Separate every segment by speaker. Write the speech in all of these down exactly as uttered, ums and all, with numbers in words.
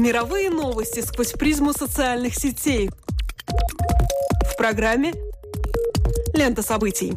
Speaker 1: Мировые новости сквозь призму социальных сетей. В программе «Лента событий».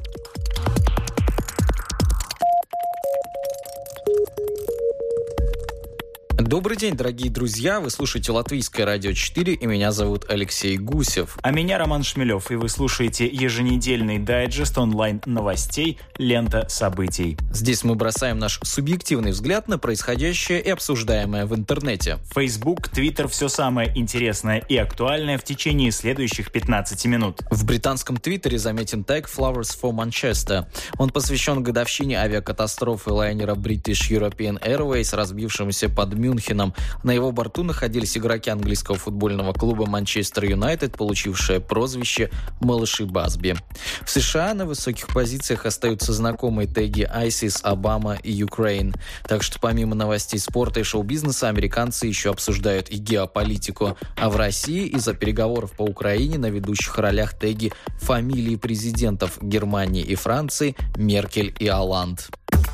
Speaker 2: Добрый день, дорогие друзья! Вы слушаете Латвийское радио четыре, и меня зовут Алексей Гусев.
Speaker 3: А меня Роман Шмелев, и вы слушаете еженедельный дайджест онлайн-новостей «Лента событий».
Speaker 2: Здесь мы бросаем наш субъективный взгляд на происходящее и обсуждаемое в интернете.
Speaker 3: Facebook, Twitter – все самое интересное и актуальное в течение следующих пятнадцати минут.
Speaker 2: В британском Твиттере заметен тег «Flowers for Manchester». Он посвящен годовщине авиакатастрофы лайнера British European Airways, разбившемуся под Мюнхеном. На его борту находились игроки английского футбольного клуба Манчестер Юнайтед, получившие прозвище «Малыши Басби». В США на высоких позициях остаются знакомые теги ISIS, Обама и Ukraine. Так что помимо новостей спорта и шоу-бизнеса, американцы еще обсуждают и геополитику. А в России из-за переговоров по Украине на ведущих ролях теги фамилии президентов Германии и Франции Меркель и Олланд.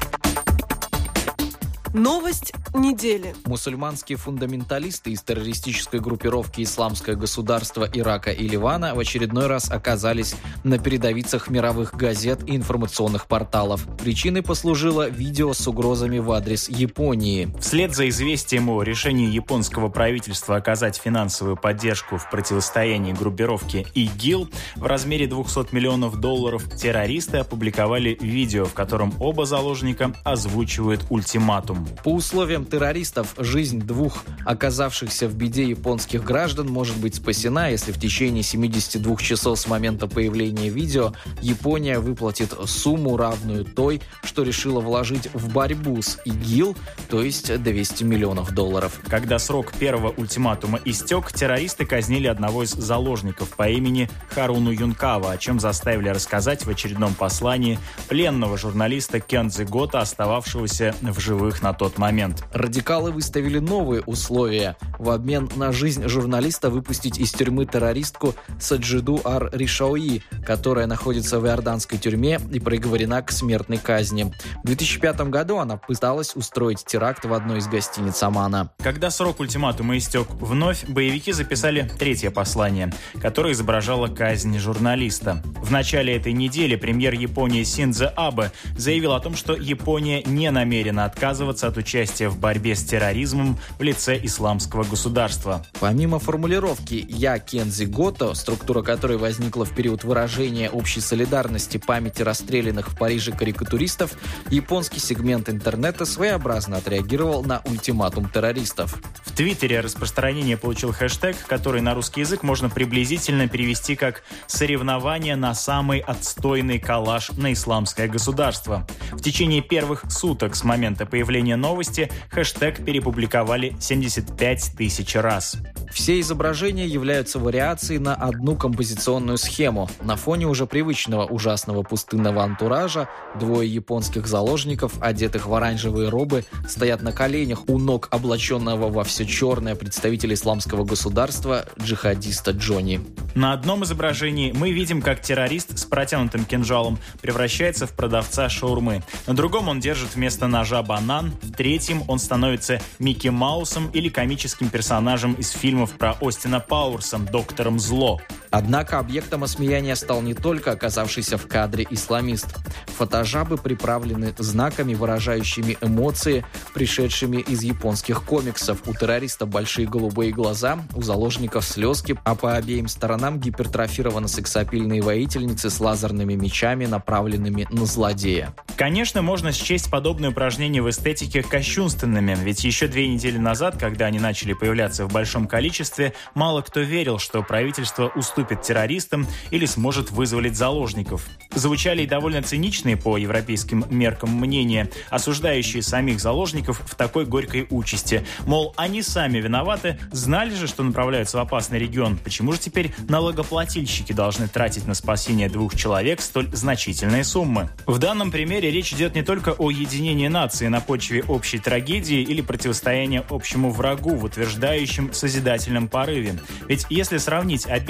Speaker 1: Новость недели.
Speaker 2: Мусульманские фундаменталисты из террористической группировки «Исламское государство» Ирака и Ливана в очередной раз оказались на передовицах мировых газет и информационных порталов. Причиной послужило видео с угрозами в адрес Японии.
Speaker 3: Вслед за известием о решении японского правительства оказать финансовую поддержку в противостоянии группировке ИГИЛ в размере двухсот миллионов долларов, террористы опубликовали видео, в котором оба заложника озвучивают ультиматум.
Speaker 2: По условиям террористов, жизнь двух оказавшихся в беде японских граждан может быть спасена, если в течение семидесяти двух часов с момента появления видео Япония выплатит сумму, равную той, что решила вложить в борьбу с ИГИЛ, то есть двести миллионов долларов.
Speaker 3: Когда срок первого ультиматума истек, террористы казнили одного из заложников по имени Харуну Юнкава, о чем заставили рассказать в очередном послании пленного журналиста Кендзи Гота, остававшегося в живых на тот момент.
Speaker 2: Радикалы выставили новые условия. В обмен на жизнь журналиста выпустить из тюрьмы террористку Саджиду Ар-Ришауи, которая находится в иорданской тюрьме и приговорена к смертной казни. В две тысячи пятом году она пыталась устроить теракт в одной из гостиниц Омана.
Speaker 3: Когда срок ультиматума истек вновь, боевики записали третье послание, которое изображало казнь журналиста. В начале этой недели премьер Японии Синдзо Абе заявил о том, что Япония не намерена отказываться от участия в борьбе с терроризмом в лице исламского государства.
Speaker 2: Помимо формулировки «Я Кендзи Гото», структура которой возникла в период выражения общей солидарности памяти расстрелянных в Париже карикатуристов, японский сегмент интернета своеобразно отреагировал на ультиматум террористов.
Speaker 3: В Твиттере распространение получил хэштег, который на русский язык можно приблизительно перевести как «соревнование на самый отстойный коллаж на исламское государство». В течение первых суток с момента появления новости хэштег перепубликовали семьдесят пять тысяч раз.
Speaker 2: Все изображения являются вариацией на одну композиционную схему. На фоне уже привычного ужасного пустынного антуража двое японских заложников, одетых в оранжевые робы, стоят на коленях у ног облаченного во все черное представителя исламского государства джихадиста Джонни.
Speaker 3: На одном изображении мы видим, как террорист с протянутым кинжалом превращается в продавца шаурмы. На другом он держит вместо ножа банан. В третьем он становится Микки Маусом или комическим персонажем из фильмов про Остина Пауэрса «Доктором Зло».
Speaker 2: Однако объектом осмеяния стал не только оказавшийся в кадре исламист. Фотожабы приправлены знаками, выражающими эмоции, пришедшими из японских комиксов. У террориста большие голубые глаза, у заложников слезки, а по обеим сторонам гипертрофированы сексапильные воительницы с лазерными мечами, направленными на злодея.
Speaker 3: Конечно, можно счесть подобные упражнения в эстетике кощунственными, ведь еще две недели назад, когда они начали появляться в большом количестве, мало кто верил, что правительство уступит террористам или сможет вызволить заложников. Звучали и довольно циничные по европейским меркам мнения, осуждающие самих заложников в такой горькой участи. Мол, они сами виноваты, знали же, что направляются в опасный регион. Почему же теперь налогоплательщики должны тратить на спасение двух человек столь значительные суммы? В данном примере речь идет не только о единении нации на почве общей трагедии или противостояния общему врагу в утверждающем созидательном порыве. Ведь если сравнить обилие интернет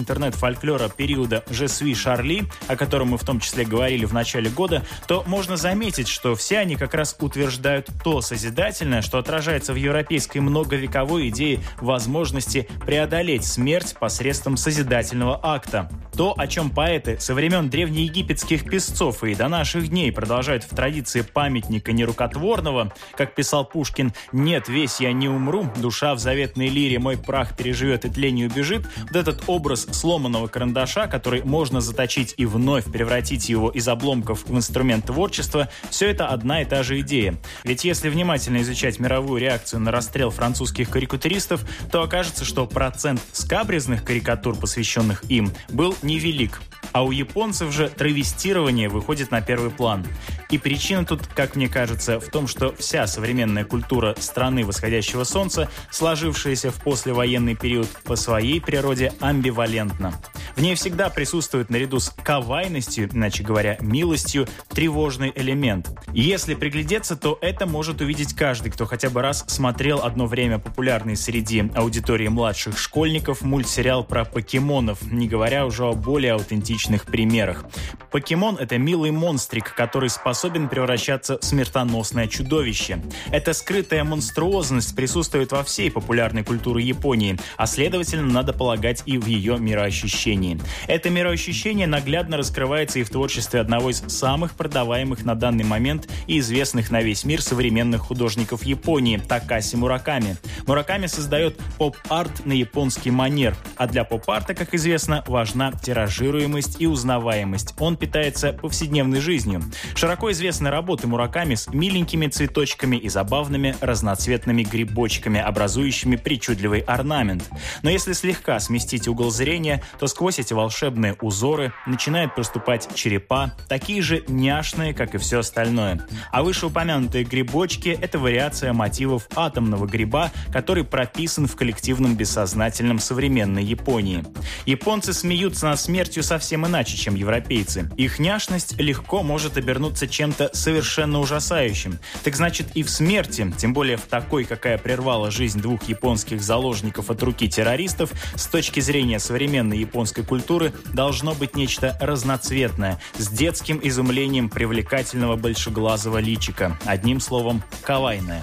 Speaker 3: интернет-фольклора периода «Je suis Charlie», о котором мы в том числе говорили в начале года, то можно заметить, что все они как раз утверждают то созидательное, что отражается в европейской многовековой идее возможности преодолеть смерть посредством созидательного акта. То, о чем поэты со времен древнеегипетских песцов и до наших дней продолжают в традиции памятника нерукотворного, как писал Пушкин: «Нет, весь я не умру, душа в заветной лире мой прах переживет и тлению бежит», вот этот образ сломанного карандаша, который можно заточить и вновь превратить его из обломков в инструмент творчества, все это одна и та же идея. Ведь если внимательно изучать мировую реакцию на расстрел французских карикатуристов, то окажется, что процент скабрезных карикатур, посвященных им, был невелик. А у японцев же травестирование выходит на первый план. И причина тут, как мне кажется, в том, что вся современная культура страны восходящего солнца, сложившаяся в послевоенный период, по своей природе амбивалентна. В ней всегда присутствует наряду с кавайностью, иначе говоря, милостью, тревожный элемент. И если приглядеться, то это может увидеть каждый, кто хотя бы раз смотрел одно время популярный среди аудитории младших школьников мультсериал про покемонов, не говоря уже о более аутентичных примерах. Покемон — это милый монстрик, который способен превращаться в смертоносное чудовище. Эта скрытая монструозность присутствует во всей популярной культуре Японии, а следовательно, надо полагать, и в ее мироощущении. Это мироощущение наглядно раскрывается и в творчестве одного из самых продаваемых на данный момент и известных на весь мир современных художников Японии – Такаси Мураками. Мураками создает поп-арт на японский манер, а для поп-арта, как известно, важна тиражируемость и узнаваемость. Он питается повседневной жизнью. Широко известны работы Мураками с миленькими цветочками и забавными разноцветными грибочками, образующими причудливый орнамент. Но если слегка сместить угол зрения, то сквозь эти волшебные узоры начинают проступать черепа, такие же няшные, как и все остальное. А вышеупомянутые грибочки – это вариация мотивов атомного гриба, который прописан в коллективном бессознательном современной Японии. Японцы смеются над смертью совсем иначе, чем европейцы. Их няшность легко может обернуться чем-то совершенно ужасающим. Так значит, и в смерти, тем более в такой, какая прервала жизнь двух японских заложников от руки террористов, с точки зрения современной японской культуры, должно быть нечто разноцветное, с детским изумлением привлекательного большеглазого личика. Одним словом, кавайное.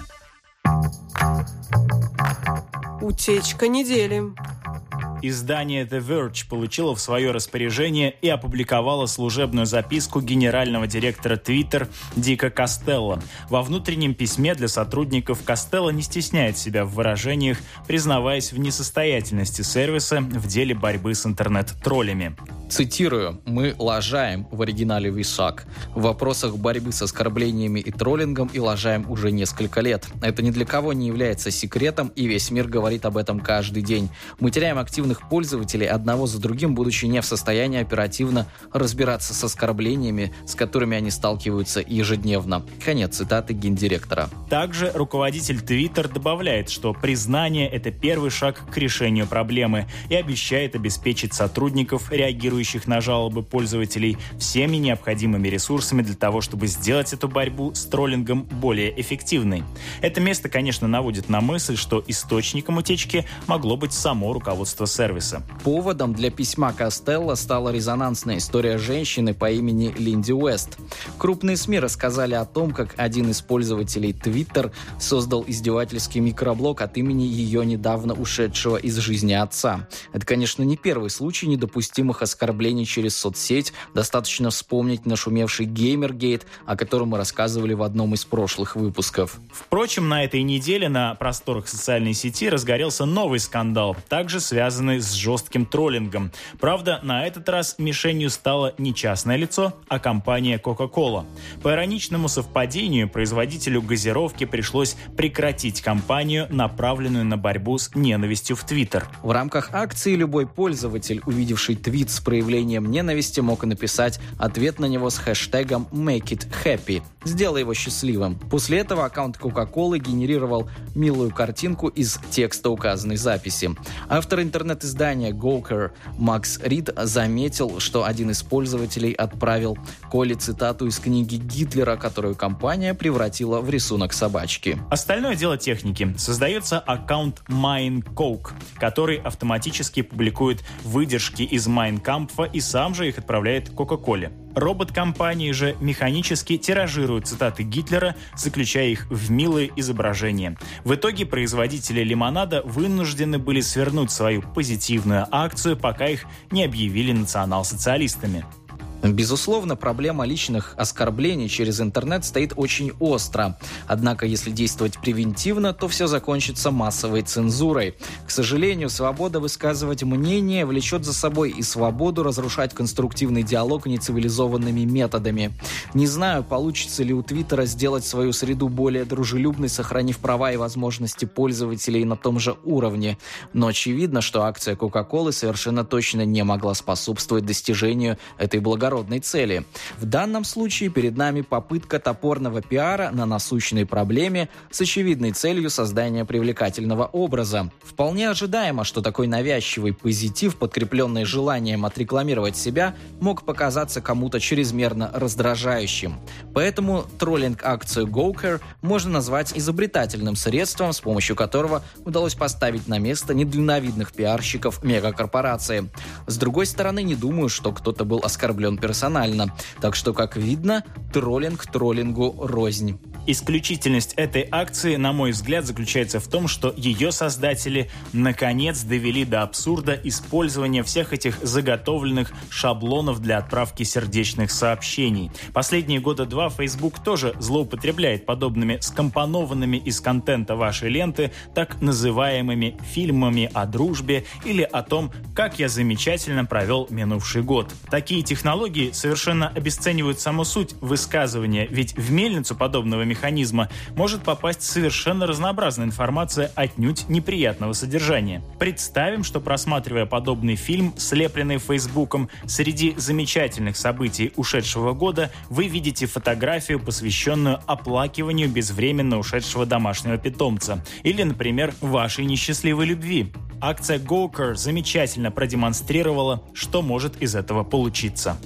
Speaker 1: Утечка недели.
Speaker 3: Издание The Verge получило в свое распоряжение и опубликовало служебную записку генерального директора Twitter Дика Костелло. Во внутреннем письме для сотрудников Костелло не стесняет себя в выражениях, признаваясь в несостоятельности сервиса в деле борьбы с интернет-троллями.
Speaker 2: Цитирую: «Мы лажаем, в оригинале Висак, в вопросах борьбы с оскорблениями и троллингом и лажаем уже несколько лет. Это ни для кого не является секретом, и весь мир говорит об этом каждый день. Мы теряем активных пользователей одного за другим, будучи не в состоянии оперативно разбираться с оскорблениями, с которыми они сталкиваются ежедневно». Конец цитаты гендиректора.
Speaker 3: Также руководитель Twitter добавляет, что признание – это первый шаг к решению проблемы и обещает обеспечить сотрудников, реагирующих на жалобы пользователей, всеми необходимыми ресурсами для того, чтобы сделать эту борьбу с троллингом более эффективной. Это место, конечно, наводит на мысль, что источником утечки могло быть само руководство сервиса.
Speaker 2: Поводом для письма Костелло стала резонансная история женщины по имени Линди Уэст. Крупные СМИ рассказали о том, как один из пользователей Twitter создал издевательский микроблог от имени ее недавно ушедшего из жизни отца. Это, конечно, не первый случай недопустимых оскорблений через соцсеть. Достаточно вспомнить нашумевший Геймергейт, о котором мы рассказывали в одном из прошлых выпусков.
Speaker 3: Впрочем, на этой неделе на просторах социальной сети разгорелся новый скандал, также связанный с жестким троллингом. Правда, на этот раз мишенью стало не частное лицо, а компания Coca-Cola. По ироничному совпадению, производителю газировки пришлось прекратить кампанию, направленную на борьбу с ненавистью в Twitter.
Speaker 2: В рамках акции любой пользователь, увидевший твит с проявлением ненависти, мог написать ответ на него с хэштегом «Make it happy». сделай его счастливым. После этого аккаунт Coca-Cola генерировал милую картинку из текста указанной записи. Автор интернет-издания Gawker Макс Рид заметил, что один из пользователей отправил Коле цитату из книги Гитлера, которую компания превратила в рисунок собачки.
Speaker 3: Остальное дело техники. Создается аккаунт Mein Coke, который автоматически публикует выдержки из Mein Kampf и сам же их отправляет Coca-Cola. Робот компании же механически тиражирует цитаты Гитлера, заключая их в милые изображения. В итоге производители лимонада вынуждены были свернуть свою позитивную акцию, пока их не объявили национал-социалистами.
Speaker 2: Безусловно, проблема личных оскорблений через интернет стоит очень остро. Однако, если действовать превентивно, то все закончится массовой цензурой. К сожалению, свобода высказывать мнение влечет за собой и свободу разрушать конструктивный диалог нецивилизованными методами. Не знаю, получится ли у Твиттера сделать свою среду более дружелюбной, сохранив права и возможности пользователей на том же уровне. Но очевидно, что акция Coca-Cola совершенно точно не могла способствовать достижению этой благородной цели. В данном случае перед нами попытка топорного пиара на насущной проблеме с очевидной целью создания привлекательного образа. Вполне ожидаемо, что такой навязчивый позитив, подкрепленный желанием отрекламировать себя, мог показаться кому-то чрезмерно раздражающим. Поэтому троллинг-акцию Gawker можно назвать изобретательным средством, с помощью которого удалось поставить на место недальновидных пиарщиков мегакорпорации. С другой стороны, не думаю, что кто-то был оскорблен персонально. Так что, как видно, троллинг троллингу рознь.
Speaker 3: Исключительность этой акции, на мой взгляд, заключается в том, что ее создатели наконец довели до абсурда использование всех этих заготовленных шаблонов для отправки сердечных сообщений. Последние года два Facebook тоже злоупотребляет подобными скомпонованными из контента вашей ленты так называемыми фильмами о дружбе или о том, как я замечательно провел минувший год. Такие технологии совершенно обесценивают саму суть высказывания, ведь в мельницу подобного механизма механизма может попасть совершенно разнообразная информация отнюдь неприятного содержания. Представим, что, просматривая подобный фильм, слепленный Фейсбуком, среди замечательных событий ушедшего года вы видите фотографию, посвященную оплакиванию безвременно ушедшего домашнего питомца или, например, вашей несчастливой любви. Акция Gawker замечательно продемонстрировала, что может из этого получиться.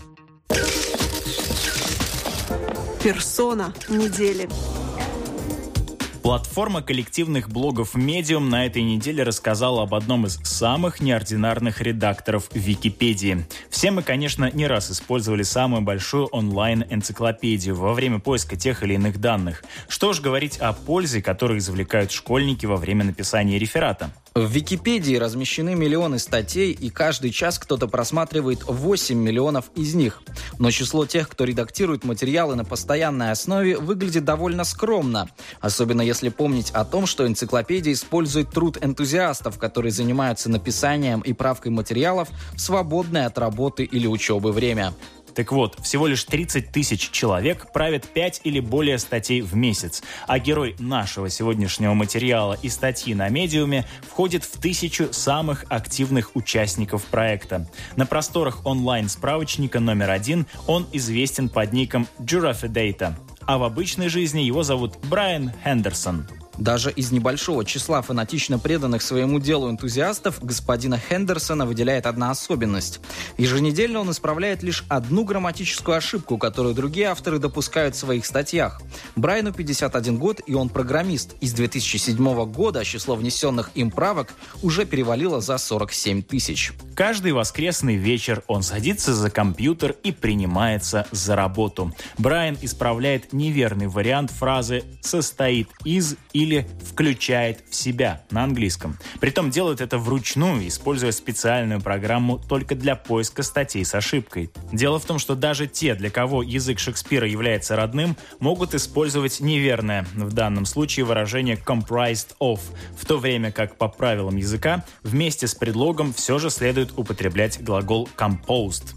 Speaker 1: Персона недели.
Speaker 3: Платформа коллективных блогов Medium на этой неделе рассказала об одном из самых неординарных редакторов Википедии. Все мы, конечно, не раз использовали самую большую онлайн-энциклопедию во время поиска тех или иных данных. Что ж говорить о пользе, которую извлекают школьники во время написания реферата.
Speaker 2: В Википедии размещены миллионы статей, и каждый час кто-то просматривает восемь миллионов из них. Но число тех, кто редактирует материалы на постоянной основе, выглядит довольно скромно. Особенно если помнить о том, что энциклопедия использует труд энтузиастов, которые занимаются написанием и правкой материалов в свободное от работы или учебы время.
Speaker 3: Так вот, всего лишь тридцать тысяч человек правят пять или более статей в месяц, а герой нашего сегодняшнего материала и статьи на Медиуме входит в тысячу самых активных участников проекта. На просторах онлайн-справочника номер один он известен под ником Giraffe Data, а в обычной жизни его зовут Брайан Хендерсон.
Speaker 2: Даже из небольшого числа фанатично преданных своему делу энтузиастов господина Хендерсона выделяет одна особенность. Еженедельно он исправляет лишь одну грамматическую ошибку, которую другие авторы допускают в своих статьях. Брайану пятьдесят один год, и он программист. Из две тысячи седьмого года число внесенных им правок уже перевалило за сорок семь тысяч.
Speaker 3: Каждый воскресный вечер он садится за компьютер и принимается за работу. Брайан исправляет неверный вариант фразы «состоит из» и или «включает в себя» на английском. Притом делают это вручную, используя специальную программу только для поиска статей с ошибкой. Дело в том, что даже те, для кого язык Шекспира является родным, могут использовать неверное, в данном случае выражение «comprised of», в то время как по правилам языка вместе с предлогом все же следует употреблять глагол «composed».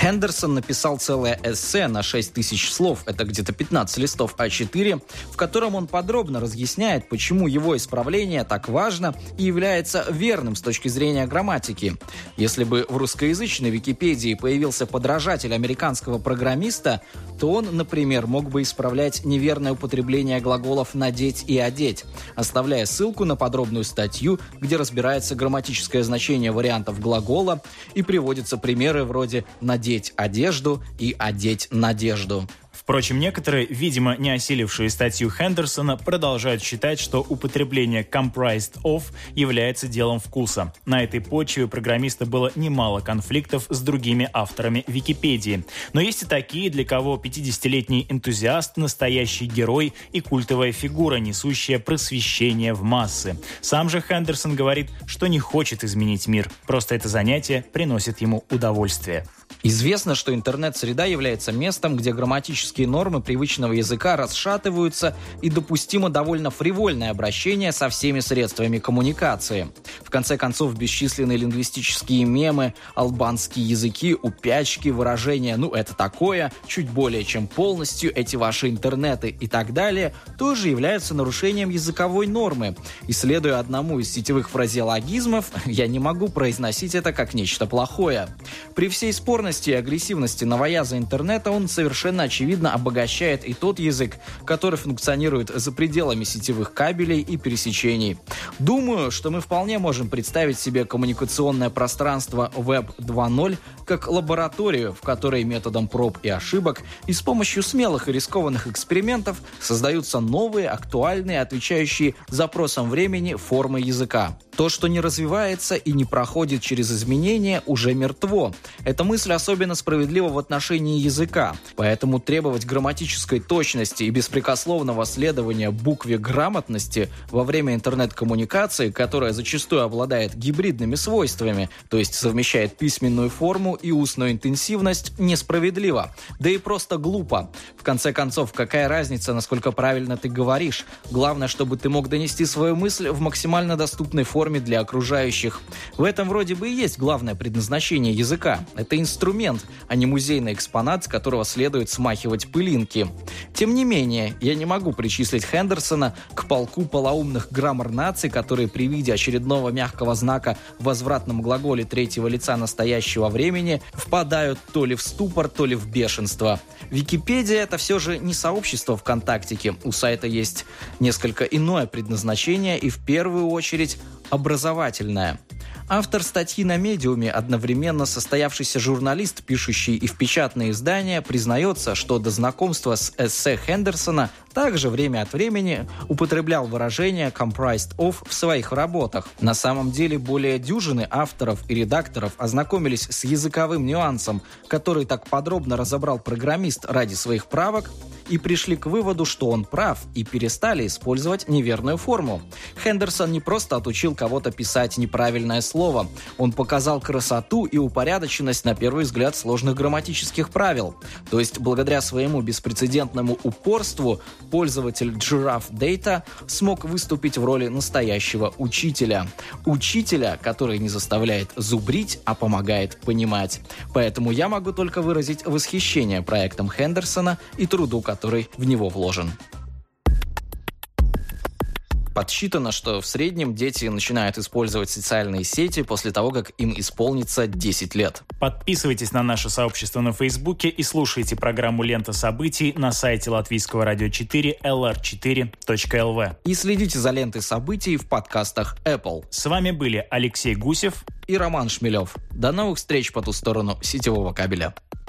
Speaker 2: Хендерсон написал целое эссе на шесть тысяч слов, это где-то пятнадцать листов а четыре, в котором он подробно разъясняет, почему его исправление так важно и является верным с точки зрения грамматики. Если бы в русскоязычной Википедии появился подражатель американского программиста, то он, например, мог бы исправлять неверное употребление глаголов «надеть» и «одеть», оставляя ссылку на подробную статью, где разбирается грамматическое значение вариантов глагола и приводятся примеры вроде «надеть одежду» и «одеть надежду».
Speaker 3: Впрочем, некоторые, видимо, не осилившие статью Хендерсона, продолжают считать, что употребление comprised of является делом вкуса. На этой почве у программиста было немало конфликтов с другими авторами Википедии. Но есть и такие, для кого пятидесятилетний энтузиаст – настоящий герой и культовая фигура, несущая просвещение в массы. Сам же Хендерсон говорит, что не хочет изменить мир, просто это занятие приносит ему удовольствие.
Speaker 2: Известно, что интернет-среда является местом, где грамматические нормы привычного языка расшатываются и допустимо довольно фривольное обращение со всеми средствами коммуникации. В конце концов, бесчисленные лингвистические мемы, албанские языки, упячки, выражения «ну это такое», «чуть более чем полностью», «эти ваши интернеты» и так далее тоже являются нарушением языковой нормы. И следуя одному из сетевых фразеологизмов, я не могу произносить это как нечто плохое. При всей спорности и агрессивности новояза интернета он совершенно очевидно обогащает и тот язык, который функционирует за пределами сетевых кабелей и пересечений. Думаю, что мы вполне можем представить себе коммуникационное пространство веб два ноль как лабораторию, в которой методом проб и ошибок и с помощью смелых и рискованных экспериментов создаются новые, актуальные, отвечающие запросам времени формы языка. То, что не развивается и не проходит через изменения, уже мертво. Эта мысль особенно справедлива в отношении языка. Поэтому требовать грамматической точности и беспрекословного следования букве грамотности во время интернет-коммуникации, которая зачастую обладает гибридными свойствами, то есть совмещает письменную форму и устную интенсивность, несправедливо. Да и просто глупо. В конце концов, какая разница, насколько правильно ты говоришь? Главное, чтобы ты мог донести свою мысль в максимально доступной форме для окружающих. В этом вроде бы и есть главное предназначение языка. Это инструмент, а не музейный экспонат, с которого следует смахивать пылинки. Тем не менее, я не могу причислить Хендерсона к полку полоумных граммар-наций, которые при виде очередного мягкого знака в возвратном глаголе третьего лица настоящего времени впадают то ли в ступор, то ли в бешенство. Википедия — это все же не сообщество ВКонтактике. У сайта есть несколько иное предназначение и в первую очередь образовательное. Автор статьи на Медиуме, одновременно состоявшийся журналист, пишущий и в печатные издания, признается, что до знакомства с эссе Хендерсона также время от времени употреблял выражение comprised of в своих работах. На самом деле более дюжины авторов и редакторов ознакомились с языковым нюансом, который так подробно разобрал программист ради своих правок, и пришли к выводу, что он прав, и перестали использовать неверную форму. Хендерсон не просто отучил кого-то писать неправильное слово, он показал красоту и упорядоченность на первый взгляд сложных грамматических правил. То есть, благодаря своему беспрецедентному упорству, пользователь Giraffe Data смог выступить в роли настоящего учителя. Учителя, который не заставляет зубрить, а помогает понимать. Поэтому я могу только выразить восхищение проектом Хендерсона и труду, который в него вложен. Подсчитано, что в среднем дети начинают использовать социальные сети после того, как им исполнится десять лет.
Speaker 3: Подписывайтесь на наше сообщество на Фейсбуке и слушайте программу «Лента событий» на сайте Латвийского радио четыре эл эр четыре точка эл ви.
Speaker 2: И следите за лентой событий в подкастах Apple.
Speaker 3: С вами были Алексей Гусев
Speaker 2: и Роман Шмелев. До новых встреч по ту сторону сетевого кабеля.